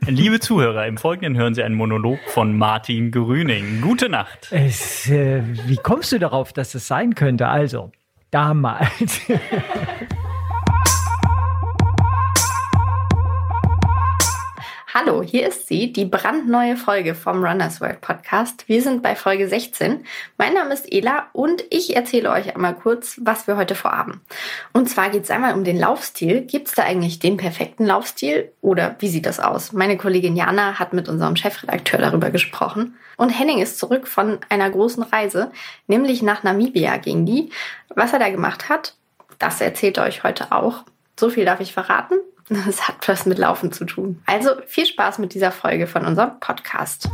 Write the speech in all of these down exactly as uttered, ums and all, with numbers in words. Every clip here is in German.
Liebe Zuhörer, im Folgenden hören Sie einen Monolog von Martin Grüning. Gute Nacht. Es, äh, wie kommst du darauf, dass es sein könnte? Also, damals. Hallo, hier ist sie, die brandneue Folge vom Runners World Podcast. Wir sind bei Folge sechzehn. Mein Name ist Ela und ich erzähle euch einmal kurz, was wir heute vorhaben. Und zwar geht es einmal um den Laufstil. Gibt es da eigentlich den perfekten Laufstil oder wie sieht das aus? Meine Kollegin Jana hat mit unserem Chefredakteur darüber gesprochen. Und Henning ist zurück von einer großen Reise, nämlich nach Namibia ging die. Was er da gemacht hat, das erzählt er euch heute auch. So viel darf ich verraten. Es hat was mit Laufen zu tun. Also viel Spaß mit dieser Folge von unserem Podcast.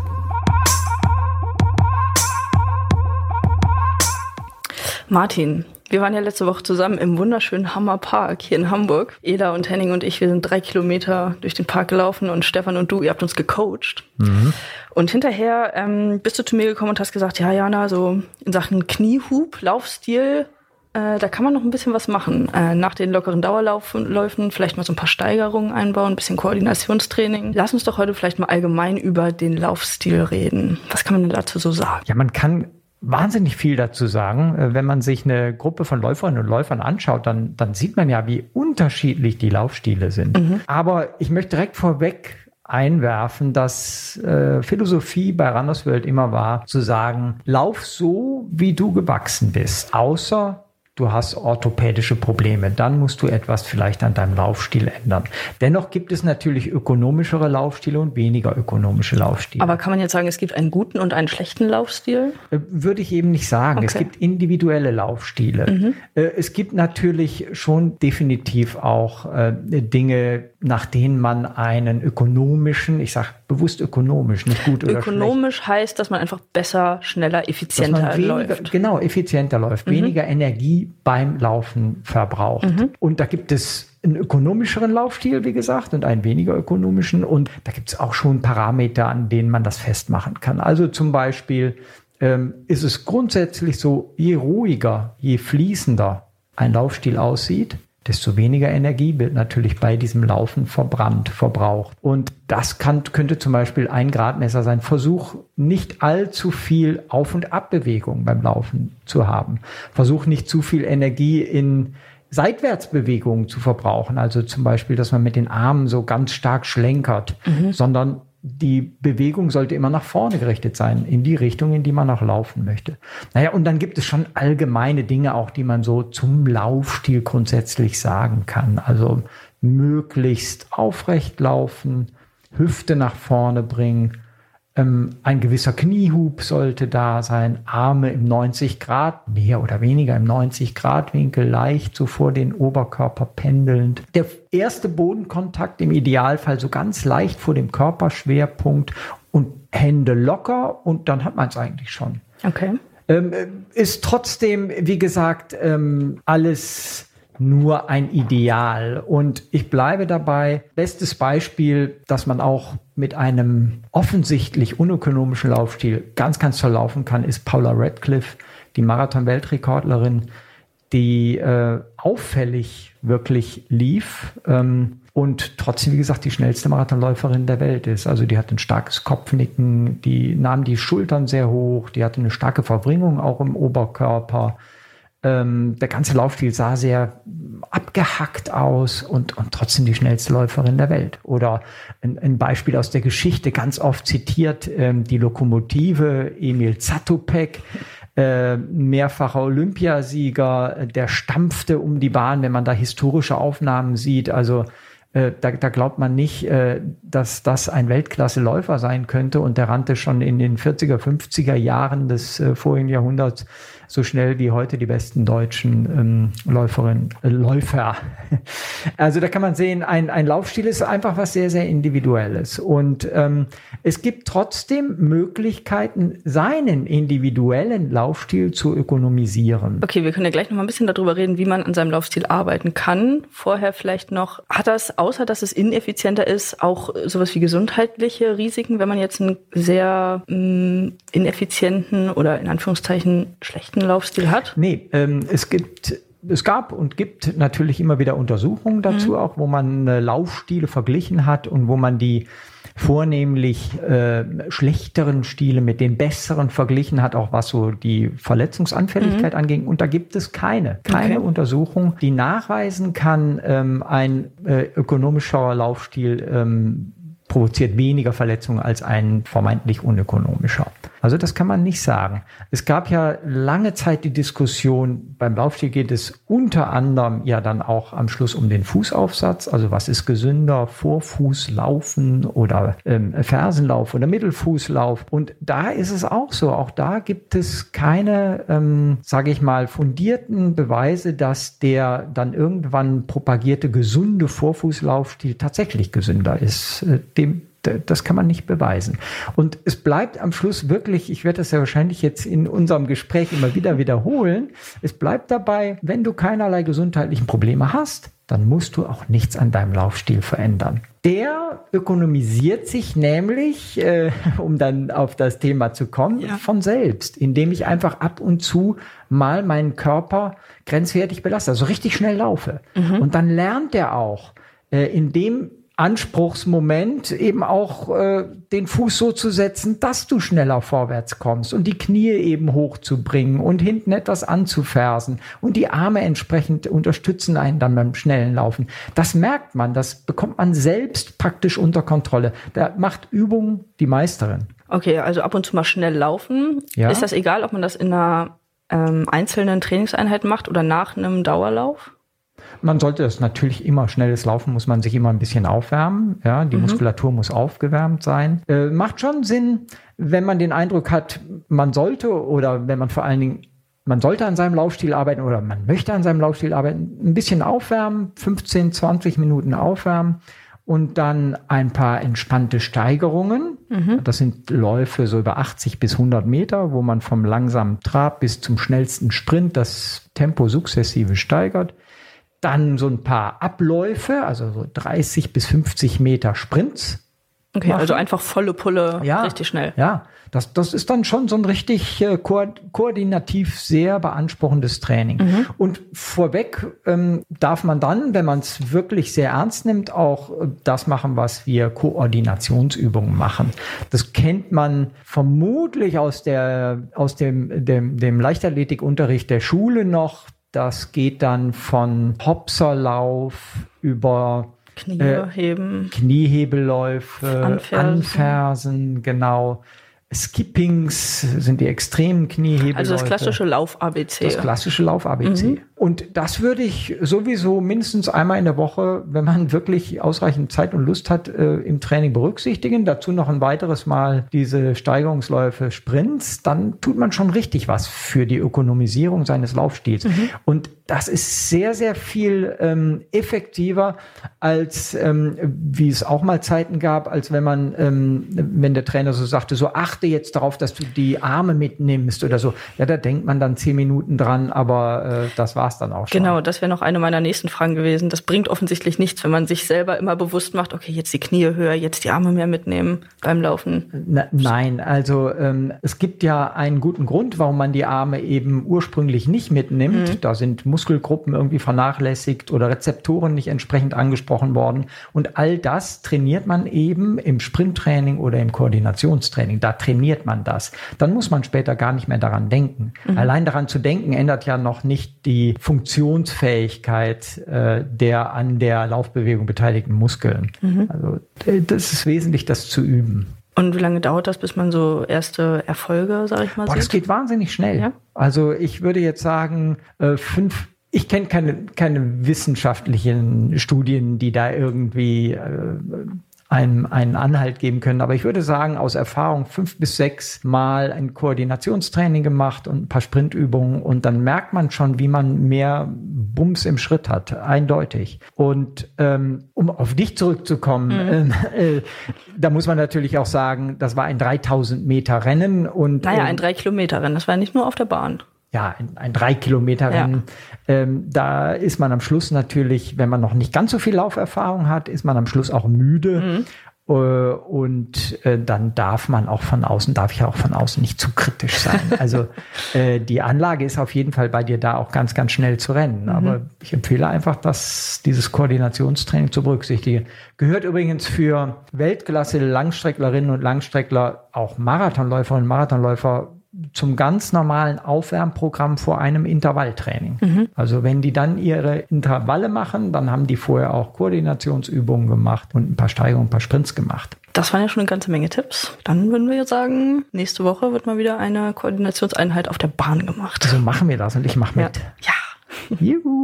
Martin, wir waren ja letzte Woche zusammen im wunderschönen Hammer Park hier in Hamburg. Eda und Henning und ich, wir sind drei Kilometer durch den Park gelaufen und Stefan und du, ihr habt uns gecoacht. Mhm. Und hinterher ähm, bist du zu mir gekommen und hast gesagt, ja Jana, so in Sachen Kniehub, Laufstil, Äh, da kann man noch ein bisschen was machen. Äh, nach den lockeren Dauerläufen vielleicht mal so ein paar Steigerungen einbauen, ein bisschen Koordinationstraining. Lass uns doch heute vielleicht mal allgemein über den Laufstil reden. Was kann man denn dazu so sagen? Ja, man kann wahnsinnig viel dazu sagen. Wenn man sich eine Gruppe von Läuferinnen und Läufern anschaut, dann, dann sieht man ja, wie unterschiedlich die Laufstile sind. Mhm. Aber ich möchte direkt vorweg einwerfen, dass äh, Philosophie bei Runners World immer war, zu sagen, lauf so, wie du gewachsen bist, außer du hast orthopädische Probleme, dann musst du etwas vielleicht an deinem Laufstil ändern. Dennoch gibt es natürlich ökonomischere Laufstile und weniger ökonomische Laufstile. Aber kann man jetzt sagen, es gibt einen guten und einen schlechten Laufstil? Würde ich eben nicht sagen. Okay. Es gibt individuelle Laufstile. Mhm. Es gibt natürlich schon definitiv auch äh, Dinge, nach denen man einen ökonomischen, ich sage bewusst ökonomisch, nicht gut oder schlecht. Ökonomisch heißt, dass man einfach besser, schneller, effizienter weniger, läuft. Genau, effizienter läuft, mhm. weniger Energie beim Laufen verbraucht. Mhm. Und da gibt es einen ökonomischeren Laufstil, wie gesagt, und einen weniger ökonomischen. Und da gibt es auch schon Parameter, an denen man das festmachen kann. Also zum Beispiel ähm, ist es grundsätzlich so, je ruhiger, je fließender ein Laufstil aussieht, desto weniger Energie wird natürlich bei diesem Laufen verbrannt, verbraucht. Und das kann, könnte zum Beispiel ein Gradmesser sein. Versuch nicht allzu viel Auf- und Abbewegung beim Laufen zu haben. Versuch nicht zu viel Energie in Seitwärtsbewegungen zu verbrauchen. Also zum Beispiel, dass man mit den Armen so ganz stark schlenkert, mhm. sondern die Bewegung sollte immer nach vorne gerichtet sein, in die Richtung, in die man auch laufen möchte. Naja, und dann gibt es schon allgemeine Dinge auch, die man so zum Laufstil grundsätzlich sagen kann. Also möglichst aufrecht laufen, Hüfte nach vorne bringen, ähm, ein gewisser Kniehub sollte da sein, Arme im neunzig Grad, mehr oder weniger im neunzig Grad Winkel, leicht so vor den Oberkörper pendelnd. Der erste Bodenkontakt im Idealfall so ganz leicht vor dem Körperschwerpunkt und Hände locker und dann hat man es eigentlich schon. Okay. Ähm, ist trotzdem, wie gesagt, ähm, alles nur ein Ideal. Und ich bleibe dabei, bestes Beispiel, dass man auch mit einem offensichtlich unökonomischen Laufstil ganz, ganz toll laufen kann, ist Paula Radcliffe, die Marathon-Weltrekordlerin, die äh, auffällig wirklich lief ähm, und trotzdem, wie gesagt, die schnellste Marathonläuferin der Welt ist. Also die hat ein starkes Kopfnicken, die nahm die Schultern sehr hoch, die hatte eine starke Verbringung auch im Oberkörper. Ähm, der ganze Laufstil sah sehr abgehackt aus und, und trotzdem die schnellste Läuferin der Welt. Oder ein, ein Beispiel aus der Geschichte, ganz oft zitiert, ähm, die Lokomotive Emil Zatopek, äh, mehrfacher Olympiasieger, der stampfte um die Bahn, wenn man da historische Aufnahmen sieht. Also äh, da, da glaubt man nicht, äh, dass das ein Weltklasse-Läufer sein könnte. Und der rannte schon in den vierziger, fünfziger Jahren des äh, vorigen Jahrhunderts so schnell wie heute die besten deutschen ähm, Läuferinnen, äh, Läufer. Also da kann man sehen, ein, ein Laufstil ist einfach was sehr, sehr Individuelles. Und ähm, es gibt trotzdem Möglichkeiten, seinen individuellen Laufstil zu ökonomisieren. Okay, wir können ja gleich noch mal ein bisschen darüber reden, wie man an seinem Laufstil arbeiten kann. Vorher vielleicht noch, hat das, außer dass es ineffizienter ist, auch sowas wie gesundheitliche Risiken, wenn man jetzt einen sehr mh, ineffizienten oder in Anführungszeichen schlechten Laufstil hat? Nee, ähm, es gibt es gab und gibt natürlich immer wieder Untersuchungen dazu, mhm. auch wo man äh, Laufstile verglichen hat und wo man die vornehmlich äh, schlechteren Stile mit den besseren verglichen hat, auch was so die Verletzungsanfälligkeit mhm. anging. Und da gibt es keine, keine okay. Untersuchung, die nachweisen kann, ähm, ein äh, ökonomischer Laufstil ähm, provoziert weniger Verletzungen als ein vermeintlich unökonomischer. Also das kann man nicht sagen. Es gab ja lange Zeit die Diskussion, beim Laufstil geht es unter anderem ja dann auch am Schluss um den Fußaufsatz. Also was ist gesünder, Vorfußlaufen oder ähm, Fersenlauf oder Mittelfußlauf. Und da ist es auch so. Auch da gibt es keine, ähm, sage ich mal, fundierten Beweise, dass der dann irgendwann propagierte gesunde Vorfußlaufstil tatsächlich gesünder ist. Dem Das kann man nicht beweisen. Und es bleibt am Schluss wirklich, ich werde das ja wahrscheinlich jetzt in unserem Gespräch immer wieder wiederholen, es bleibt dabei, wenn du keinerlei gesundheitlichen Probleme hast, dann musst du auch nichts an deinem Laufstil verändern. Der ökonomisiert sich nämlich, äh, um dann auf das Thema zu kommen, ja. von selbst, indem ich einfach ab und zu mal meinen Körper grenzwertig belaste, also richtig schnell laufe. Mhm. Und dann lernt er auch, äh, indem Anspruchsmoment eben auch äh, den Fuß so zu setzen, dass du schneller vorwärts kommst und die Knie eben hochzubringen und hinten etwas anzufersen und die Arme entsprechend unterstützen einen dann beim schnellen Laufen. Das merkt man, das bekommt man selbst praktisch unter Kontrolle. Da macht Übung die Meisterin. Okay, also ab und zu mal schnell laufen. Ja. Ist das egal, ob man das in einer ähm, einzelnen Trainingseinheit macht oder nach einem Dauerlauf? Man sollte das natürlich immer, schnelles Laufen muss man sich immer ein bisschen aufwärmen. Ja, die mhm. Muskulatur muss aufgewärmt sein. Äh, macht schon Sinn, wenn man den Eindruck hat, man sollte oder wenn man vor allen Dingen, man sollte an seinem Laufstil arbeiten oder man möchte an seinem Laufstil arbeiten, ein bisschen aufwärmen, fünfzehn, zwanzig Minuten aufwärmen und dann ein paar entspannte Steigerungen. Mhm. Das sind Läufe so über achtzig bis hundert Meter, wo man vom langsamen Trab bis zum schnellsten Sprint das Tempo sukzessive steigert. Dann so ein paar Abläufe, also so dreißig bis fünfzig Meter Sprints. Okay, machen. Also einfach volle Pulle, ja, richtig schnell. Ja, das, das ist dann schon so ein richtig äh, ko- koordinativ sehr beanspruchendes Training. Mhm. Und vorweg ähm, darf man dann, wenn man es wirklich sehr ernst nimmt, auch äh, das machen, was wir Koordinationsübungen machen. Das kennt man vermutlich aus der aus dem, dem, dem Leichtathletikunterricht der Schule noch. Das geht dann von Hopserlauf über Knieheben, äh, Kniehebelläufe, Anfersen. Anfersen, genau. Skippings sind die extremen Kniehebelläufe. Also das klassische Lauf-A B C. Das klassische Lauf-A B C. Mhm. Und das würde ich sowieso mindestens einmal in der Woche, wenn man wirklich ausreichend Zeit und Lust hat, äh, im Training berücksichtigen. Dazu noch ein weiteres Mal diese Steigerungsläufe, Sprints. Dann tut man schon richtig was für die Ökonomisierung seines Laufstils. Mhm. Und das ist sehr, sehr viel ähm, effektiver, als ähm, wie es auch mal Zeiten gab, als wenn man, ähm, wenn der Trainer so sagte, so achte jetzt darauf, dass du die Arme mitnimmst oder so. Ja, da denkt man dann zehn Minuten dran, aber äh, das war's dann auch schon. Genau, das wäre noch eine meiner nächsten Fragen gewesen. Das bringt offensichtlich nichts, wenn man sich selber immer bewusst macht, okay, jetzt die Knie höher, jetzt die Arme mehr mitnehmen beim Laufen. Na, nein, also ähm, es gibt ja einen guten Grund, warum man die Arme eben ursprünglich nicht mitnimmt. Mhm. Da sind Muskelgruppen irgendwie vernachlässigt oder Rezeptoren nicht entsprechend angesprochen worden. Und all das trainiert man eben im Sprinttraining oder im Koordinationstraining. Da trainiert man das. Dann muss man später gar nicht mehr daran denken. Mhm. Allein daran zu denken ändert ja noch nicht die Funktionsfähigkeit äh, der an der Laufbewegung beteiligten Muskeln. Mhm. Also das ist wesentlich, das zu üben. Und wie lange dauert das, bis man so erste Erfolge, sag ich mal, Boah, sieht? Das geht wahnsinnig schnell. Ja? Also ich würde jetzt sagen, äh, fünf Ich kenne keine, keine wissenschaftlichen Studien, die da irgendwie äh, einem einen Anhalt geben können. Aber ich würde sagen, aus Erfahrung fünf bis sechs Mal ein Koordinationstraining gemacht und ein paar Sprintübungen. Und dann merkt man schon, wie man mehr Bums im Schritt hat. Eindeutig. Und ähm, um auf dich zurückzukommen, mhm. äh, da muss man natürlich auch sagen, das war ein dreitausend Meter Rennen. Und, naja, ähm, ein drei Kilometer Rennen. Das war nicht nur auf der Bahn. Ja, ein, ein drei Kilometer Rennen. Ja. Ähm, da ist man am Schluss natürlich, wenn man noch nicht ganz so viel Lauferfahrung hat, ist man am Schluss auch müde. Mhm. Äh, und äh, dann darf man auch von außen, darf ich auch von außen nicht zu kritisch sein. Also äh, die Anlage ist auf jeden Fall bei dir da, auch ganz, ganz schnell zu rennen. Mhm. Aber ich empfehle einfach, dass dieses Koordinationstraining zu berücksichtigen. Gehört übrigens für Weltklasse Langstrecklerinnen und Langstreckler, auch Marathonläuferinnen und Marathonläufer, zum ganz normalen Aufwärmprogramm vor einem Intervalltraining. Mhm. Also wenn die dann ihre Intervalle machen, dann haben die vorher auch Koordinationsübungen gemacht und ein paar Steigungen, ein paar Sprints gemacht. Das waren ja schon eine ganze Menge Tipps. Dann würden wir jetzt sagen, nächste Woche wird mal wieder eine Koordinationseinheit auf der Bahn gemacht. Also machen wir das und ich mache mit. Ja. ja. Juhu.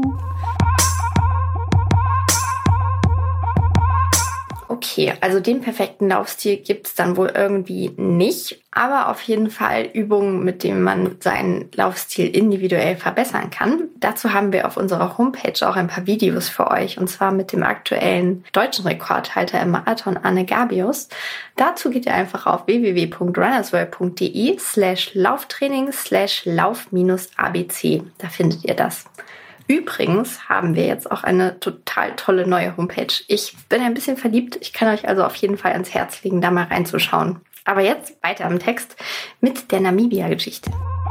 Okay, also den perfekten Laufstil gibt es dann wohl irgendwie nicht, aber auf jeden Fall Übungen, mit denen man seinen Laufstil individuell verbessern kann. Dazu haben wir auf unserer Homepage auch ein paar Videos für euch, und zwar mit dem aktuellen deutschen Rekordhalter im Marathon Arne Gabius. Dazu geht ihr einfach auf w w w punkt runnersworld punkt d e slash lauftraining slash lauf minus a b c. Da findet ihr das. Übrigens haben wir jetzt auch eine total tolle neue Homepage. Ich bin ein bisschen verliebt. Ich kann euch also auf jeden Fall ans Herz legen, da mal reinzuschauen. Aber jetzt weiter im Text mit der Namibia-Geschichte.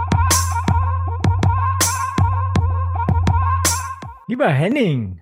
Lieber Henning.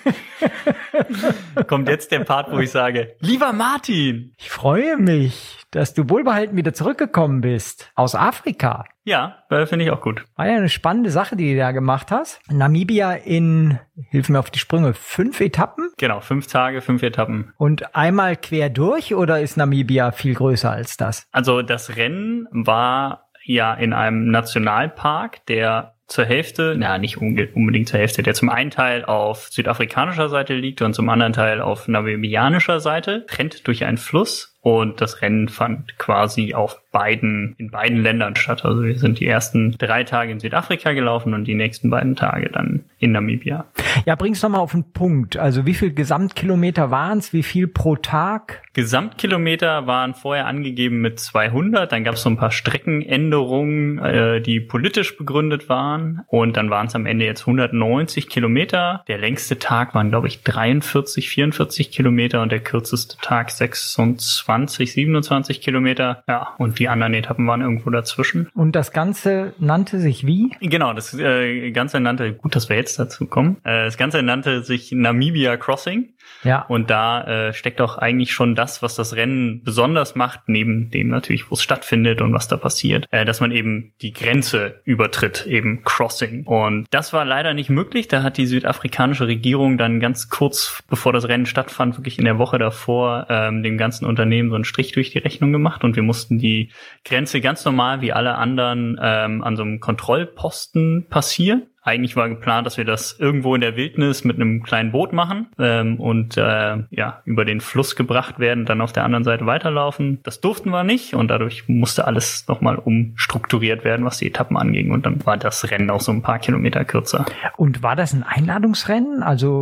Kommt jetzt der Part, wo ich sage, lieber Martin. Ich freue mich, dass du wohlbehalten wieder zurückgekommen bist aus Afrika. Ja, finde ich auch gut. War ja eine spannende Sache, die du da gemacht hast. Namibia in, hilf mir auf die Sprünge, fünf Etappen? Genau, fünf Tage, fünf Etappen. Und einmal quer durch, oder ist Namibia viel größer als das? Also das Rennen war ja in einem Nationalpark, der zur Hälfte, na nicht unbedingt zur Hälfte, der zum einen Teil auf südafrikanischer Seite liegt und zum anderen Teil auf namibianischer Seite, trennt durch einen Fluss. Und das Rennen fand quasi auf beiden, in beiden Ländern statt. Also wir sind die ersten drei Tage in Südafrika gelaufen und die nächsten beiden Tage dann in Namibia. Ja, bring's nochmal auf den Punkt. Also wie viel Gesamtkilometer waren es? Wie viel pro Tag? Gesamtkilometer waren vorher angegeben mit zweihundert. Dann gab es so ein paar Streckenänderungen, äh, die politisch begründet waren. Und dann waren es am Ende jetzt hundertneunzig Kilometer. Der längste Tag waren, glaube ich, dreiundvierzig, vierundvierzig Kilometer und der kürzeste Tag sechsundzwanzig, siebenundzwanzig Kilometer. Ja, und die anderen Etappen waren irgendwo dazwischen. Und das Ganze nannte sich wie? Genau, das äh, Ganze nannte, gut, dass wir jetzt dazu kommen, äh, das Ganze nannte sich Namibia Crossing. Ja. Und da äh, steckt auch eigentlich schon das, was das Rennen besonders macht, neben dem natürlich, wo es stattfindet und was da passiert, äh, dass man eben die Grenze übertritt, eben Crossing. Und das war leider nicht möglich. Da hat die südafrikanische Regierung dann ganz kurz, bevor das Rennen stattfand, wirklich in der Woche davor, ähm, dem ganzen Unternehmen so einen Strich durch die Rechnung gemacht und wir mussten die Grenze ganz normal wie alle anderen ähm, an so einem Kontrollposten passieren. Eigentlich war geplant, dass wir das irgendwo in der Wildnis mit einem kleinen Boot machen ähm, und äh, ja über den Fluss gebracht werden, dann auf der anderen Seite weiterlaufen. Das durften wir nicht und dadurch musste alles nochmal umstrukturiert werden, was die Etappen anging. Und dann war das Rennen auch so ein paar Kilometer kürzer. Und war das ein Einladungsrennen? Also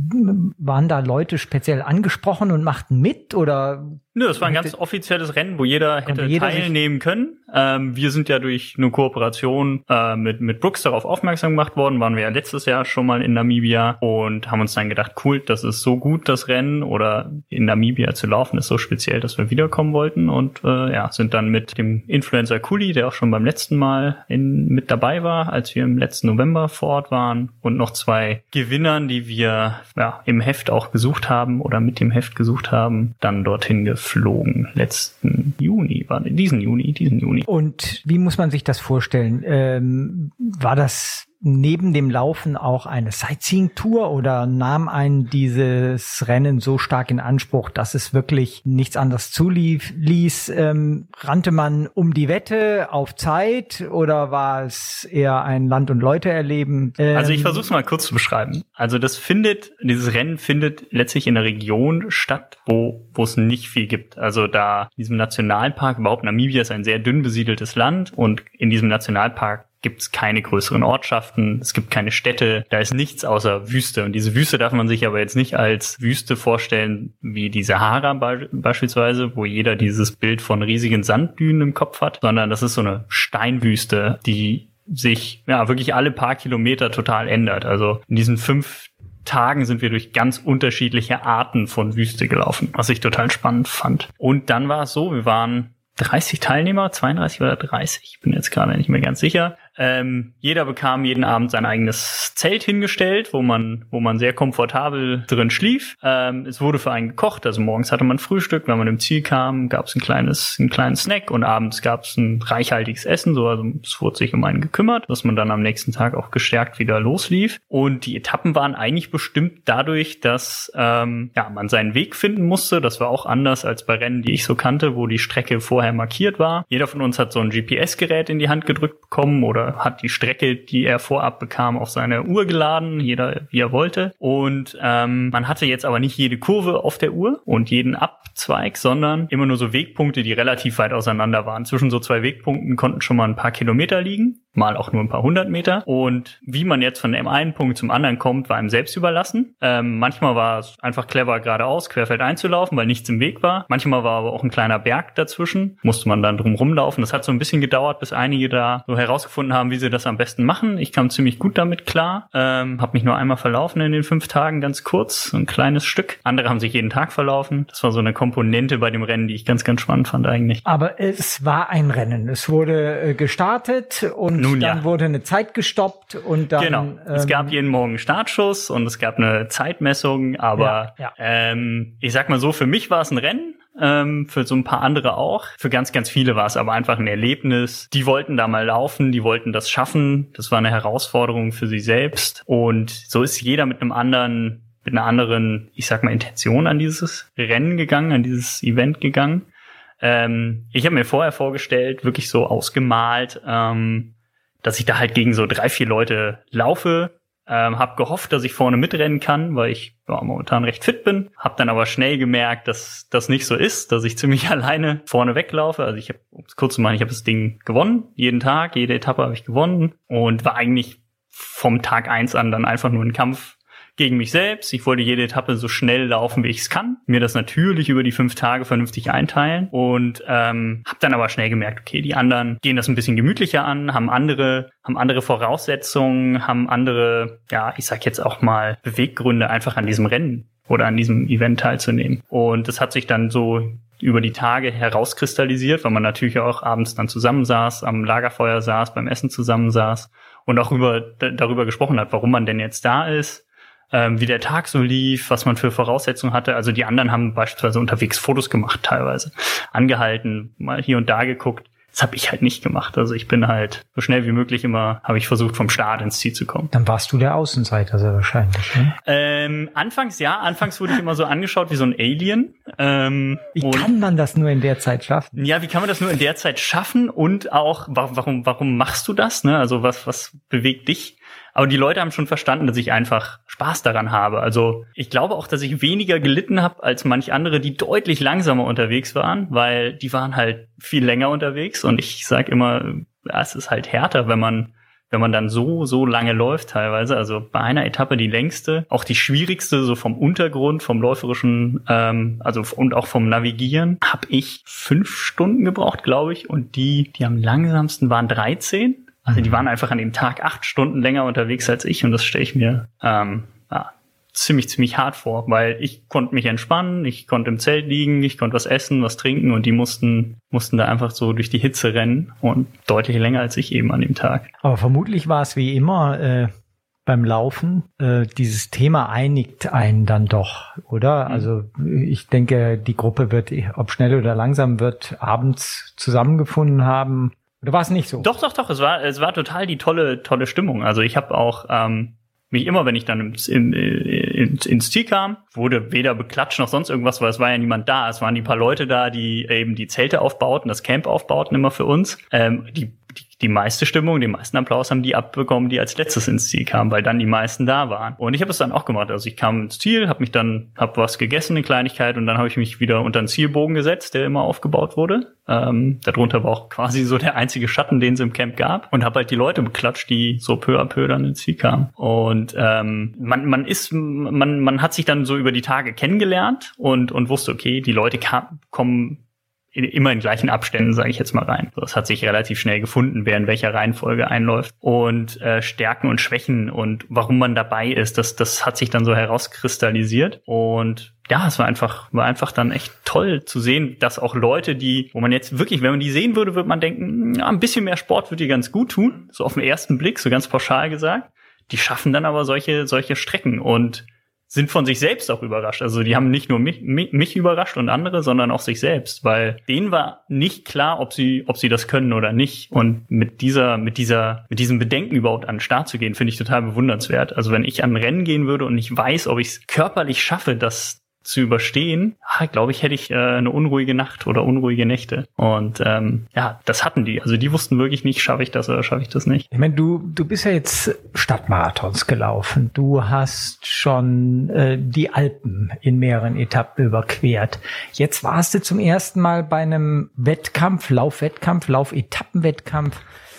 waren da Leute speziell angesprochen und machten mit oder? Nö, es war ein ganz offizielles Rennen, wo jeder hätte jeder teilnehmen können. Ähm, wir sind ja durch eine Kooperation äh, mit mit Brooks darauf aufmerksam gemacht worden, waren wir ja letztes Jahr schon mal in Namibia und haben uns dann gedacht, cool, das ist so gut, das Rennen oder in Namibia zu laufen ist so speziell, dass wir wiederkommen wollten und äh, ja, sind dann mit dem Influencer Kuli, der auch schon beim letzten Mal in, mit dabei war, als wir im letzten November vor Ort waren und noch zwei Gewinnern, die wir ja im Heft auch gesucht haben oder mit dem Heft gesucht haben, dann dorthin geflogen. Letzten Juni, war diesen Juni, diesen Juni. Und wie muss man sich das vorstellen? Ähm, war das neben dem Laufen auch eine Sightseeing-Tour oder nahm einen dieses Rennen so stark in Anspruch, dass es wirklich nichts anderes zuließ? Ähm, rannte man um die Wette auf Zeit oder war es eher ein Land- und Leute-Erleben? Ähm, also ich versuche es mal kurz zu beschreiben. Also das findet, dieses Rennen findet letztlich in einer Region statt, wo wo es nicht viel gibt. Also da in diesem Nationalpark, überhaupt Namibia ist ein sehr dünn besiedeltes Land und in diesem Nationalpark gibt es keine größeren Ortschaften, es gibt keine Städte, da ist nichts außer Wüste. Und diese Wüste darf man sich aber jetzt nicht als Wüste vorstellen wie die Sahara be- beispielsweise, wo jeder dieses Bild von riesigen Sanddünen im Kopf hat, sondern das ist so eine Steinwüste, die sich ja wirklich alle paar Kilometer total ändert. Also in diesen fünf Tagen sind wir durch ganz unterschiedliche Arten von Wüste gelaufen, was ich total spannend fand. Und dann war es so, wir waren dreißig Teilnehmer, zweiunddreißig oder dreißig, ich bin jetzt gerade nicht mehr ganz sicher. Ähm, jeder bekam jeden Abend sein eigenes Zelt hingestellt, wo man wo man sehr komfortabel drin schlief. Ähm, es wurde für einen gekocht, also morgens hatte man Frühstück, wenn man im Ziel kam, gab es ein kleines einen kleinen Snack und abends gab es ein reichhaltiges Essen, so also es wurde sich um einen gekümmert, dass man dann am nächsten Tag auch gestärkt wieder loslief. Und die Etappen waren eigentlich bestimmt dadurch, dass ähm, ja man seinen Weg finden musste. Das war auch anders als bei Rennen, die ich so kannte, wo die Strecke vorher markiert war. Jeder von uns hat so ein G P S-Gerät in die Hand gedrückt bekommen oder hat die Strecke, die er vorab bekam, auf seine Uhr geladen, jeder wie er wollte. Und ähm, man hatte jetzt aber nicht jede Kurve auf der Uhr und jeden Abzweig, sondern immer nur so Wegpunkte, die relativ weit auseinander waren. Zwischen so zwei Wegpunkten konnten schon mal ein paar Kilometer liegen, mal auch nur ein paar hundert Meter. Und wie man jetzt von dem einen Punkt zum anderen kommt, war einem selbst überlassen. Ähm, manchmal war es einfach clever, geradeaus, querfeldein zu laufen, weil nichts im Weg war. Manchmal war aber auch ein kleiner Berg dazwischen, musste man dann drum rumlaufen. Das hat so ein bisschen gedauert, bis einige da so herausgefunden haben, wie sie das am besten machen. Ich kam ziemlich gut damit klar, ähm, habe mich nur einmal verlaufen in den fünf Tagen, ganz kurz, ein kleines Stück. Andere haben sich jeden Tag verlaufen. Das war so eine Komponente bei dem Rennen, die ich ganz, ganz spannend fand eigentlich. Aber es war ein Rennen. Es wurde äh, gestartet und Nun, dann ja. wurde eine Zeit gestoppt und dann... Genau. Ähm, es gab jeden Morgen einen Startschuss und es gab eine Zeitmessung, aber Ja, ja. Ähm, ich sag mal so, für mich war es ein Rennen. Ähm, für so ein paar andere auch. Für ganz, ganz viele war es aber einfach ein Erlebnis. Die wollten da mal laufen, die wollten das schaffen. Das war eine Herausforderung für sie selbst. Und so ist jeder mit einem anderen, mit einer anderen, ich sag mal, Intention an dieses Rennen gegangen, an dieses Event gegangen. Ähm, ich habe mir vorher vorgestellt, wirklich so ausgemalt, ähm, dass ich da halt gegen so drei, vier Leute laufe. Ähm, hab gehofft, dass ich vorne mitrennen kann, weil ich ja, momentan recht fit bin. Hab dann aber schnell gemerkt, dass das nicht so ist, dass ich ziemlich alleine vorne weglaufe. Also ich habe, um es kurz zu machen, ich habe das Ding gewonnen. Jeden Tag, jede Etappe habe ich gewonnen. Und war eigentlich vom Tag eins an dann einfach nur ein Kampf gegen mich selbst. Ich wollte jede Etappe so schnell laufen, wie ich es kann. Mir das natürlich über die fünf Tage vernünftig einteilen. Und ähm, habe dann aber schnell gemerkt, okay, die anderen gehen das ein bisschen gemütlicher an, haben andere, haben andere Voraussetzungen, haben andere, ja, ich sag jetzt auch mal Beweggründe, einfach an diesem Rennen oder an diesem Event teilzunehmen. Und das hat sich dann so über die Tage herauskristallisiert, weil man natürlich auch abends dann zusammensaß, am Lagerfeuer saß, beim Essen zusammensaß und auch über, d- darüber gesprochen hat, warum man denn jetzt da ist. Ähm, wie der Tag so lief, was man für Voraussetzungen hatte. Also die anderen haben beispielsweise unterwegs Fotos gemacht teilweise, angehalten, mal hier und da geguckt. Das habe ich halt nicht gemacht. Also ich bin halt so schnell wie möglich immer, habe ich versucht, vom Start ins Ziel zu kommen. Dann warst du der Außenseiter sehr wahrscheinlich, ne? Ähm, anfangs ja, anfangs wurde ich immer so angeschaut wie so ein Alien. Ähm, Wie und kann man das nur in der Zeit schaffen? Ja, wie kann man das nur in der Zeit schaffen und auch, warum, warum machst du das? Ne? Also was, was bewegt dich? Aber die Leute haben schon verstanden, dass ich einfach Spaß daran habe. Also ich glaube auch, dass ich weniger gelitten habe als manch andere, die deutlich langsamer unterwegs waren, weil die waren halt viel länger unterwegs. Und ich sag immer, ja, es ist halt härter, wenn man wenn man dann so, so lange läuft teilweise. Also bei einer Etappe die längste, auch die schwierigste, so vom Untergrund, vom läuferischen, ähm, also und auch vom Navigieren, habe ich fünf Stunden gebraucht, glaube ich. Und die, die am langsamsten waren dreizehn. Also die waren einfach an dem Tag acht Stunden länger unterwegs als ich. Und das stelle ich mir ähm, ja, ziemlich, ziemlich hart vor, weil ich konnte mich entspannen, ich konnte im Zelt liegen, ich konnte was essen, was trinken und die mussten mussten da einfach so durch die Hitze rennen und deutlich länger als ich eben an dem Tag. Aber vermutlich war es wie immer äh, beim Laufen, äh, dieses Thema einigt einen dann doch, oder? Mhm. Also ich denke, die Gruppe wird, ob schnell oder langsam, wird abends zusammengefunden haben. Oder war es nicht so? Doch, doch, doch. Es war, es war total die tolle, tolle Stimmung. Also ich habe auch ähm, mich immer, wenn ich dann ins, in, in, ins Ziel kam, wurde weder beklatscht noch sonst irgendwas, weil es war ja niemand da. Es waren die paar Leute da, die eben die Zelte aufbauten, das Camp aufbauten immer für uns. Ähm, die Die, die meiste Stimmung, den meisten Applaus haben die abbekommen, die als letztes ins Ziel kamen, weil dann die meisten da waren. Und ich habe es dann auch gemacht. Also ich kam ins Ziel, habe mich dann, habe was gegessen, eine Kleinigkeit, und dann habe ich mich wieder unter den Zielbogen gesetzt, der immer aufgebaut wurde. Ähm, darunter war auch quasi so der einzige Schatten, den es im Camp gab, und habe halt die Leute beklatscht, die so peu à peu dann ins Ziel kamen. Und ähm, man, man ist, man, man hat sich dann so über die Tage kennengelernt und und wusste, okay, die Leute kam, kommen in, immer in gleichen Abständen, sage ich jetzt mal, rein. Das hat sich relativ schnell gefunden, wer in welcher Reihenfolge einläuft. Und äh, Stärken und Schwächen und warum man dabei ist, das, das hat sich dann so herauskristallisiert. Und ja, es war einfach, war einfach dann echt toll zu sehen, dass auch Leute, die, wo man jetzt wirklich, wenn man die sehen würde, würde man denken, ja, ein bisschen mehr Sport würde dir ganz gut tun, so auf den ersten Blick, so ganz pauschal gesagt. Die schaffen dann aber solche, solche Strecken und sind von sich selbst auch überrascht. Also die haben nicht nur mich, mich, mich überrascht und andere, sondern auch sich selbst, weil denen war nicht klar, ob sie, ob sie das können oder nicht. Und mit dieser, mit dieser, mit diesem Bedenken überhaupt an den Start zu gehen, finde ich total bewundernswert. Also wenn ich an ein Rennen gehen würde und ich weiß, ob ich es körperlich schaffe, das zu überstehen, ah, glaube ich, hätte ich äh, eine unruhige Nacht oder unruhige Nächte. Und ähm, ja, das hatten die. Also die wussten wirklich nicht, schaffe ich das oder schaffe ich das nicht. Ich meine, du du bist ja jetzt Stadtmarathons gelaufen. Du hast schon äh, die Alpen in mehreren Etappen überquert. Jetzt warst du zum ersten Mal bei einem Wettkampf, Laufwettkampf, Laufetappenwettkampf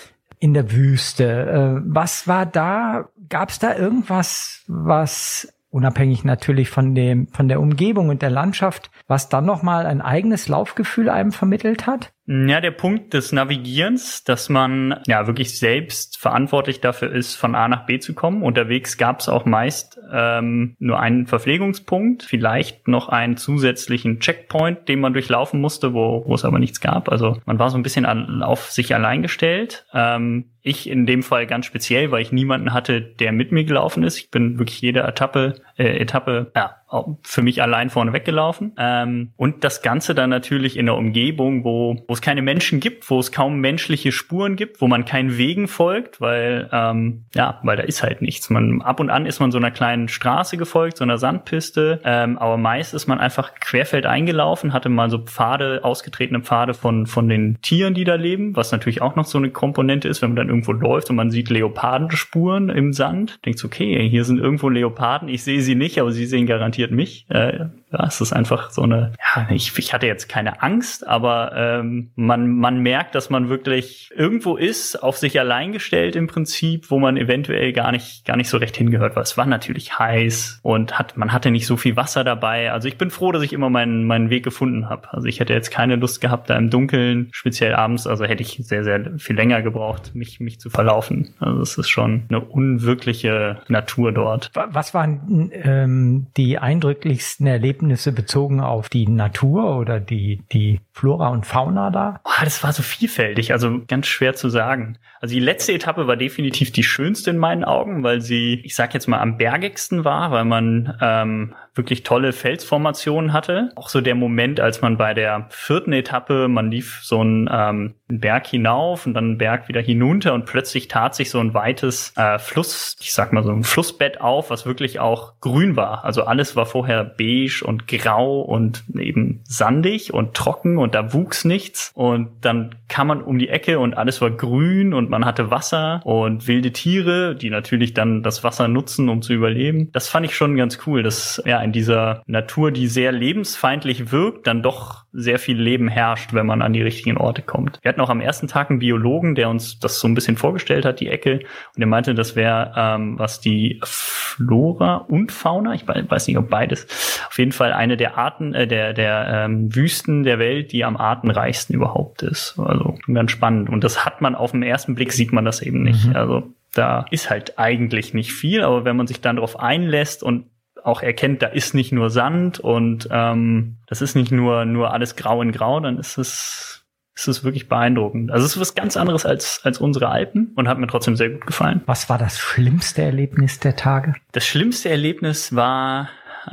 in der Wüste. Äh, was war da? Gab es da irgendwas, was unabhängig natürlich von dem, von der Umgebung und der Landschaft, was dann nochmal ein eigenes Laufgefühl einem vermittelt hat? Ja, der Punkt des Navigierens, dass man ja wirklich selbst verantwortlich dafür ist, von A nach B zu kommen. Unterwegs gab es auch meist ähm, nur einen Verpflegungspunkt, vielleicht noch einen zusätzlichen Checkpoint, den man durchlaufen musste, wo, wo es aber nichts gab. Also man war so ein bisschen an, auf sich allein gestellt. Ähm, ich in dem Fall ganz speziell, weil ich niemanden hatte, der mit mir gelaufen ist. Ich bin wirklich jede Etappe, äh, Etappe ja, für mich allein vorne weggelaufen. Ähm, und das Ganze dann natürlich in einer Umgebung, wo, wo es keine Menschen gibt, wo es kaum menschliche Spuren gibt, wo man keinen Wegen folgt, weil ähm, ja, weil da ist halt nichts. Man ab und an ist man so einer kleinen Straße gefolgt, so einer Sandpiste, ähm, aber meist ist man einfach querfeld eingelaufen, hatte mal so Pfade, ausgetretene Pfade von von den Tieren, die da leben, was natürlich auch noch so eine Komponente ist, wenn man dann irgendwo läuft und man sieht Leopardenspuren im Sand, denkt okay, hier sind irgendwo Leoparden, ich sehe sie nicht, aber sie sehen garantiert mich. Äh, ja, es ist einfach so eine, ja, ich, ich hatte jetzt keine Angst, aber ähm, man man merkt, dass man wirklich irgendwo ist, auf sich allein gestellt im Prinzip, wo man eventuell gar nicht gar nicht so recht hingehört, weil es war natürlich heiß und hat man hatte nicht so viel Wasser dabei. Also ich bin froh, dass ich immer meinen meinen Weg gefunden habe. Also ich hätte jetzt keine Lust gehabt, da im Dunkeln, speziell abends, also hätte ich sehr, sehr viel länger gebraucht, mich mich zu verlaufen. Also es ist schon eine unwirkliche Natur dort. Was waren ähm, die eindrücklichsten Erlebnisse bezogen auf die Natur oder die die Flora und Fauna da? Oh, das war so vielfältig, also ganz schwer zu sagen. Also die letzte Etappe war definitiv die schönste in meinen Augen, weil sie, ich sag jetzt mal, am bergigsten war, weil man ähm, wirklich tolle Felsformationen hatte. Auch so der Moment, als man bei der vierten Etappe, man lief so einen, ähm, einen Berg hinauf und dann einen Berg wieder hinunter und plötzlich tat sich so ein weites äh, Fluss, ich sag mal so ein Flussbett auf, was wirklich auch grün war. Also alles war vorher beige und grau und eben sandig und trocken und da wuchs nichts. Und dann kam man um die Ecke und alles war grün und man hatte Wasser und wilde Tiere, die natürlich dann das Wasser nutzen, um zu überleben. Das fand ich schon ganz cool, dass ja in dieser Natur, die sehr lebensfeindlich wirkt, dann doch sehr viel Leben herrscht, wenn man an die richtigen Orte kommt. Wir hatten auch am ersten Tag einen Biologen, der uns das so ein bisschen vorgestellt hat, die Ecke, und der meinte, das wäre, ähm, was die Flora und Fauna, ich weiß nicht, ob beides, auf jeden Fall eine der Arten, äh, der der ähm, Wüsten der Welt, die am artenreichsten überhaupt ist. Also ganz spannend. Und das hat man auf den ersten Blick, sieht man das eben nicht. Mhm. Also da ist halt eigentlich nicht viel, aber wenn man sich dann darauf einlässt und auch erkennt, da ist nicht nur Sand und ähm, das ist nicht nur nur alles grau in grau, dann ist es ist es wirklich beeindruckend. Also es ist was ganz anderes als als unsere Alpen und hat mir trotzdem sehr gut gefallen. Was war das schlimmste Erlebnis der Tage? Das schlimmste Erlebnis war,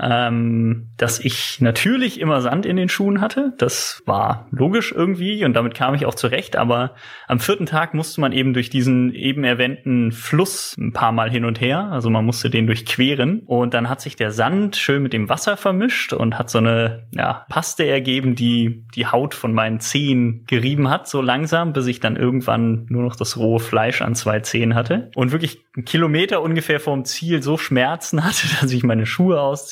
ähm, dass ich natürlich immer Sand in den Schuhen hatte. Das war logisch irgendwie und damit kam ich auch zurecht. Aber am vierten Tag musste man eben durch diesen eben erwähnten Fluss ein paar Mal hin und her. Also man musste den durchqueren. Und dann hat sich der Sand schön mit dem Wasser vermischt und hat so eine ja, Paste ergeben, die die Haut von meinen Zehen gerieben hat, so langsam, bis ich dann irgendwann nur noch das rohe Fleisch an zwei Zehen hatte. Und wirklich einen Kilometer ungefähr vorm Ziel so Schmerzen hatte, dass ich meine Schuhe ausziehe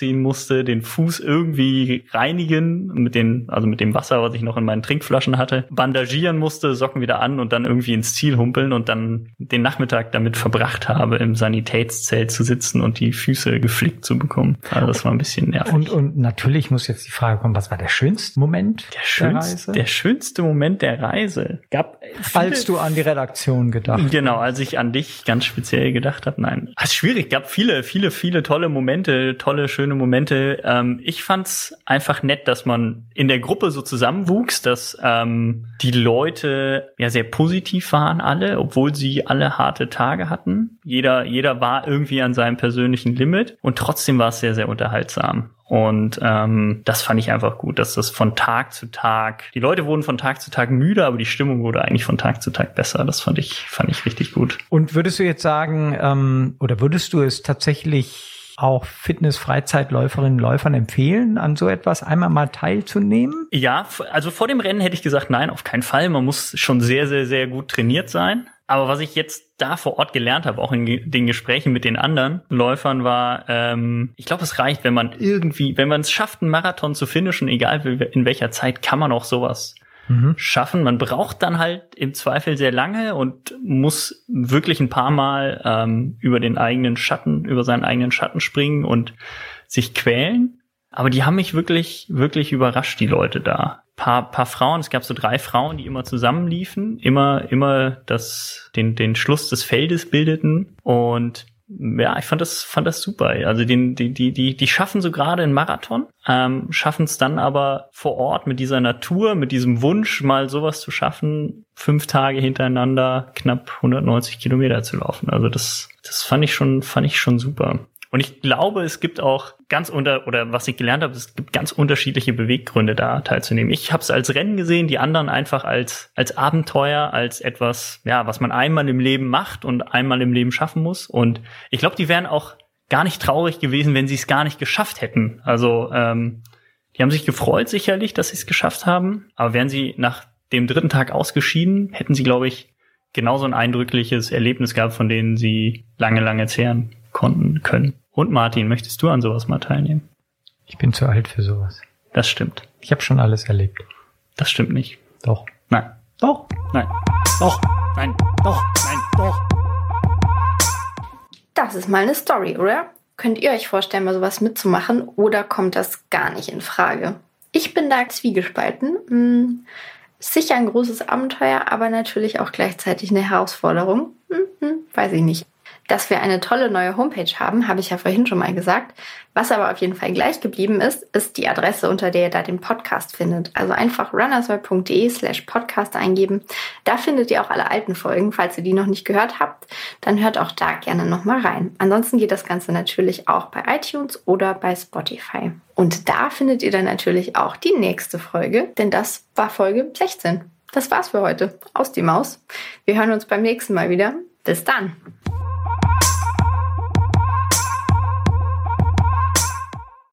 ausziehen musste, den Fuß irgendwie reinigen mit den, also mit dem Wasser, was ich noch in meinen Trinkflaschen hatte, bandagieren musste, Socken wieder an und dann irgendwie ins Ziel humpeln und dann den Nachmittag damit verbracht habe, im Sanitätszelt zu sitzen und die Füße geflickt zu bekommen. Also das war ein bisschen nervig. Und, und natürlich muss jetzt die Frage kommen, was war der schönste Moment der, schönste, der Reise? Der schönste Moment der Reise gab viele, als du an die Redaktion gedacht hast. Genau, als ich an dich ganz speziell gedacht habe. Nein, es ist schwierig. Gab viele, viele, viele tolle Momente, tolle, schöne Momente. Ähm, ich fand's einfach nett, dass man in der Gruppe so zusammenwuchs, dass ähm, die Leute ja sehr positiv waren alle, obwohl sie alle harte Tage hatten. Jeder, jeder war irgendwie an seinem persönlichen Limit und trotzdem war es sehr, sehr unterhaltsam. Und ähm, das fand ich einfach gut, dass das von Tag zu Tag, die Leute wurden von Tag zu Tag müde, aber die Stimmung wurde eigentlich von Tag zu Tag besser. Das fand ich, fand ich richtig gut. Und würdest du jetzt sagen, ähm, oder würdest du es tatsächlich auch Fitness-Freizeitläuferinnen und Läufern empfehlen, an so etwas einmal mal teilzunehmen? Ja, also vor dem Rennen hätte ich gesagt, nein, auf keinen Fall. Man muss schon sehr, sehr, sehr gut trainiert sein. Aber was ich jetzt da vor Ort gelernt habe, auch in den Gesprächen mit den anderen Läufern, war, ähm, ich glaube, es reicht, wenn man irgendwie, wenn man es schafft, einen Marathon zu finishen, egal in welcher Zeit, kann man auch sowas mhm. schaffen. Man braucht dann halt im Zweifel sehr lange und muss wirklich ein paar Mal ähm, über den eigenen Schatten, über seinen eigenen Schatten springen und sich quälen. Aber die haben mich wirklich, wirklich überrascht, die Leute da. Paar, paar Frauen, es gab so drei Frauen, die immer zusammenliefen, immer, immer das, den, den Schluss des Feldes bildeten. Und ja, ich fand das, fand das super. Also den, die, die, die, die schaffen so gerade einen Marathon, ähm, schaffen es dann aber vor Ort mit dieser Natur, mit diesem Wunsch, mal sowas zu schaffen, fünf Tage hintereinander knapp hundertneunzig Kilometer zu laufen. Also das, das fand ich schon, fand ich schon super. Und ich glaube, es gibt auch ganz unter, oder was ich gelernt habe, es gibt ganz unterschiedliche Beweggründe, da teilzunehmen. Ich habe es als Rennen gesehen, die anderen einfach als als Abenteuer, als etwas, ja, was man einmal im Leben macht und einmal im Leben schaffen muss. Und ich glaube, die wären auch gar nicht traurig gewesen, wenn sie es gar nicht geschafft hätten. Also ähm, die haben sich gefreut sicherlich, dass sie es geschafft haben. Aber wären sie nach dem dritten Tag ausgeschieden, hätten sie, glaube ich, genauso ein eindrückliches Erlebnis gehabt, von denen sie lange, lange zehren konnten, können. Und Martin, möchtest du an sowas mal teilnehmen? Ich bin zu alt für sowas. Das stimmt. Ich habe schon alles erlebt. Das stimmt nicht. Doch. Nein. Doch. Nein. Doch. Nein. Doch. Nein. Doch. Das ist mal eine Story, oder? Könnt ihr euch vorstellen, mal sowas mitzumachen oder kommt das gar nicht in Frage? Ich bin da zwiegespalten. Hm, sicher ein großes Abenteuer, aber natürlich auch gleichzeitig eine Herausforderung. Hm, hm, weiß ich nicht. Dass wir eine tolle neue Homepage haben, habe ich ja vorhin schon mal gesagt. Was aber auf jeden Fall gleich geblieben ist, ist die Adresse, unter der ihr da den Podcast findet. Also einfach runnersworld.de slash podcast eingeben. Da findet ihr auch alle alten Folgen. Falls ihr die noch nicht gehört habt, dann hört auch da gerne nochmal rein. Ansonsten geht das Ganze natürlich auch bei iTunes oder bei Spotify. Und da findet ihr dann natürlich auch die nächste Folge, denn das war Folge sechzehn. Das war's für heute. Aus die Maus. Wir hören uns beim nächsten Mal wieder. Bis dann.